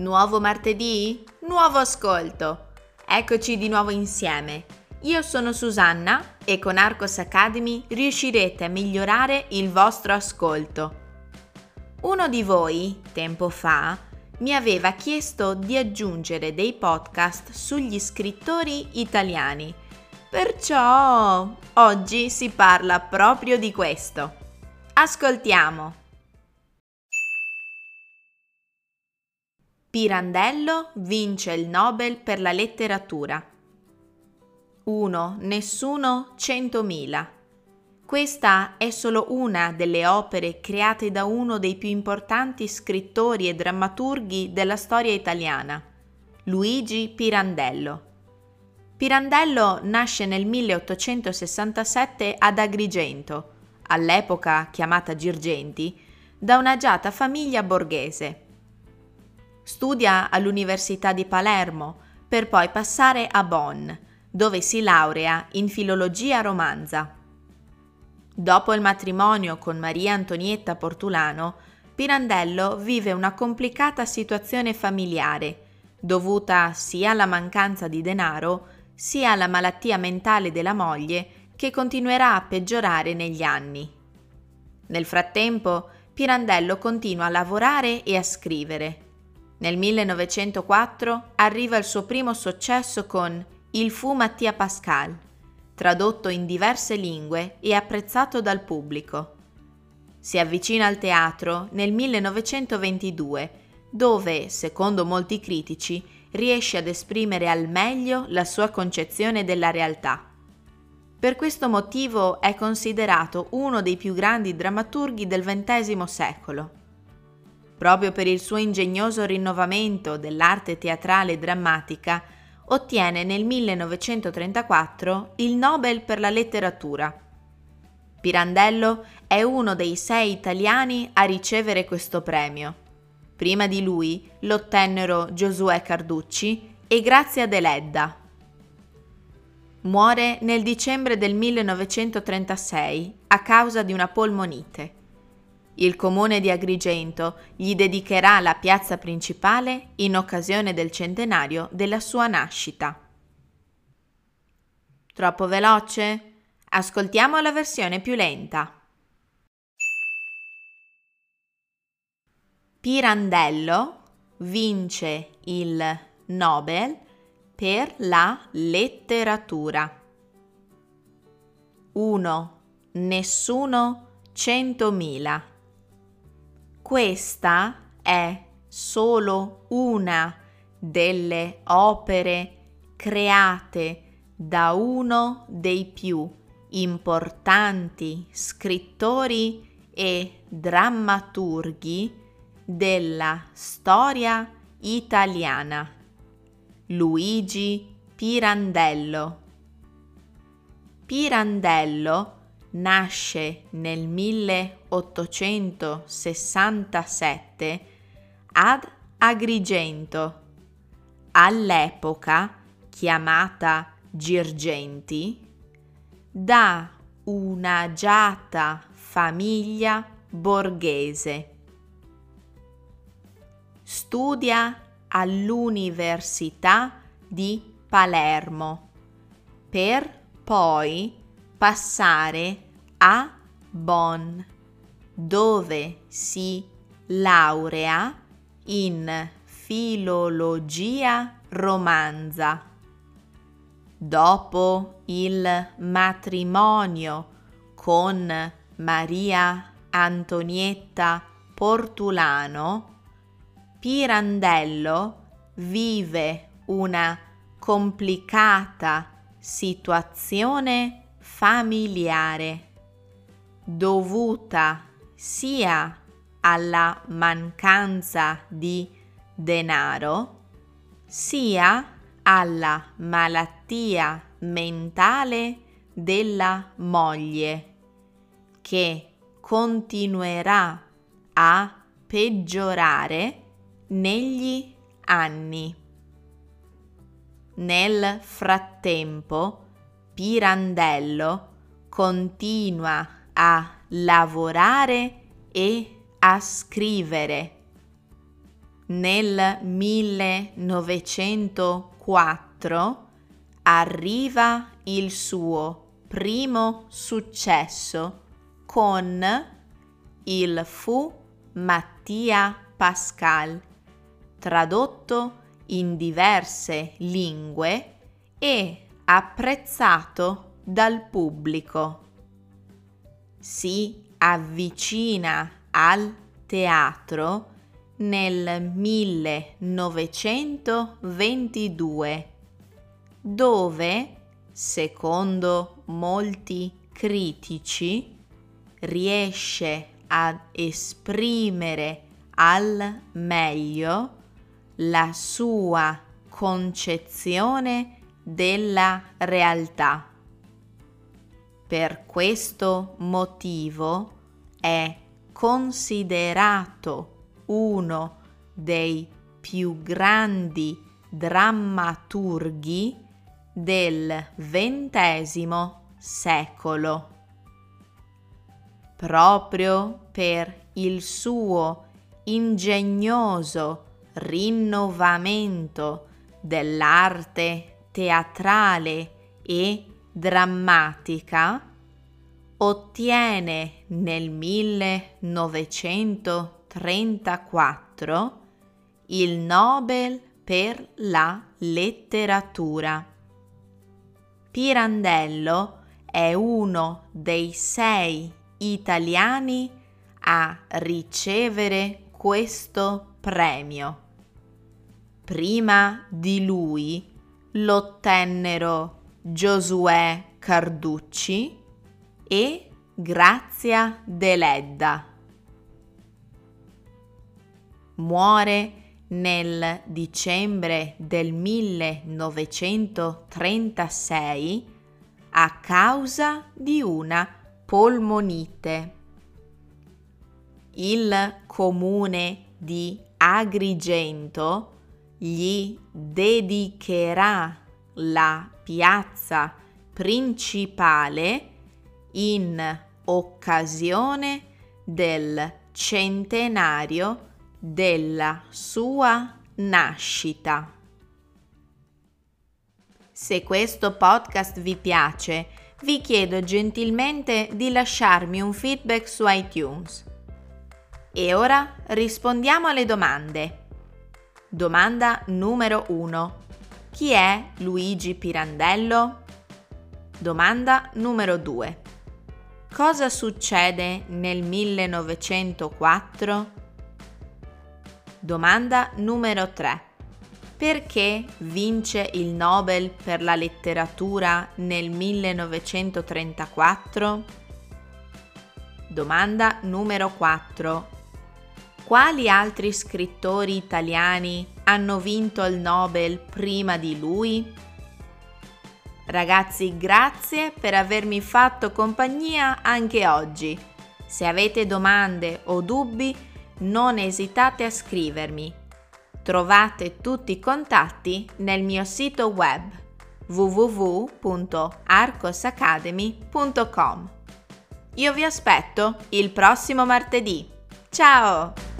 Nuovo martedì? Nuovo ascolto! Eccoci di nuovo insieme. Io sono Susanna e con Arcos Academy riuscirete a migliorare il vostro ascolto. Uno di voi, tempo fa, mi aveva chiesto di aggiungere dei podcast sugli scrittori italiani. Perciò oggi si parla proprio di questo. Ascoltiamo! Pirandello vince il Nobel per la letteratura. 1. Nessuno 100.000. Questa è solo una delle opere create da uno dei più importanti scrittori e drammaturghi della storia italiana, Luigi Pirandello. Pirandello nasce nel 1867 ad Agrigento, all'epoca chiamata Girgenti, da un'agiata famiglia borghese. Studia all'Università di Palermo per poi passare a Bonn, dove si laurea in filologia romanza. Dopo il matrimonio con Maria Antonietta Portulano, Pirandello vive una complicata situazione familiare, dovuta sia alla mancanza di denaro, sia alla malattia mentale della moglie, che continuerà a peggiorare negli anni. Nel frattempo, Pirandello continua a lavorare e a scrivere. Nel 1904 arriva il suo primo successo con Il fu Mattia Pascal, tradotto in diverse lingue e apprezzato dal pubblico. Si avvicina al teatro nel 1922, dove, secondo molti critici, riesce ad esprimere al meglio la sua concezione della realtà. Per questo motivo è considerato uno dei più grandi drammaturghi del XX secolo. Proprio per il suo ingegnoso rinnovamento dell'arte teatrale e drammatica, ottiene nel 1934 il Nobel per la letteratura. Pirandello è uno dei 6 italiani a ricevere questo premio. Prima di lui l'ottennero Giosuè Carducci e Grazia Deledda. Muore nel dicembre del 1936 a causa di una polmonite. Il comune di Agrigento gli dedicherà la piazza principale in occasione del centenario della sua nascita. Troppo veloce? Ascoltiamo la versione più lenta. Pirandello vince il Nobel per la letteratura. 1. Nessuno 100.000. Questa è solo una delle opere create da uno dei più importanti scrittori e drammaturghi della storia italiana, Luigi Pirandello. Pirandello nasce nel 1867 ad Agrigento, all'epoca chiamata Girgenti, da un'agiata famiglia borghese. Studia all'Università di Palermo per poi passare a Bonn, dove si laurea in filologia romanza. Dopo il matrimonio con Maria Antonietta Portulano, Pirandello vive una complicata situazione familiare dovuta sia alla mancanza di denaro sia alla malattia mentale della moglie, che continuerà a peggiorare negli anni. Nel frattempo, Pirandello continua a lavorare e a scrivere. nel 1904 arriva il suo primo successo con il Fu Mattia Pascal, tradotto in diverse lingue e apprezzato dal pubblico. Si avvicina al teatro nel 1922, dove, secondo molti critici, riesce ad esprimere al meglio la sua concezione della realtà. Per questo motivo è considerato uno dei più grandi drammaturghi del XX secolo. Proprio per il suo ingegnoso rinnovamento dell'arte teatrale e drammatica, ottiene nel 1934 il Nobel per la letteratura. Pirandello è uno dei 6 italiani a ricevere questo premio. Prima di lui lo Giosuè Carducci e Grazia Deledda. Muore nel dicembre del 1936 a causa di una polmonite. Il comune di Agrigento gli dedicherà la piazza principale in occasione del centenario della sua nascita. Se questo podcast vi piace, vi chiedo gentilmente di lasciarmi un feedback su iTunes. E ora rispondiamo alle domande. Domanda numero 1. Chi è Luigi Pirandello? Domanda numero 2. Cosa succede nel 1904? Domanda numero 3. Perché vince il Nobel per la letteratura nel 1934? Domanda numero 4. Quali altri scrittori italiani hanno vinto il Nobel prima di lui? Ragazzi, grazie per avermi fatto compagnia anche oggi. Se avete domande o dubbi, non esitate a scrivermi. Trovate tutti i contatti nel mio sito web www.arcosacademy.com. Io vi aspetto il prossimo martedì. Ciao!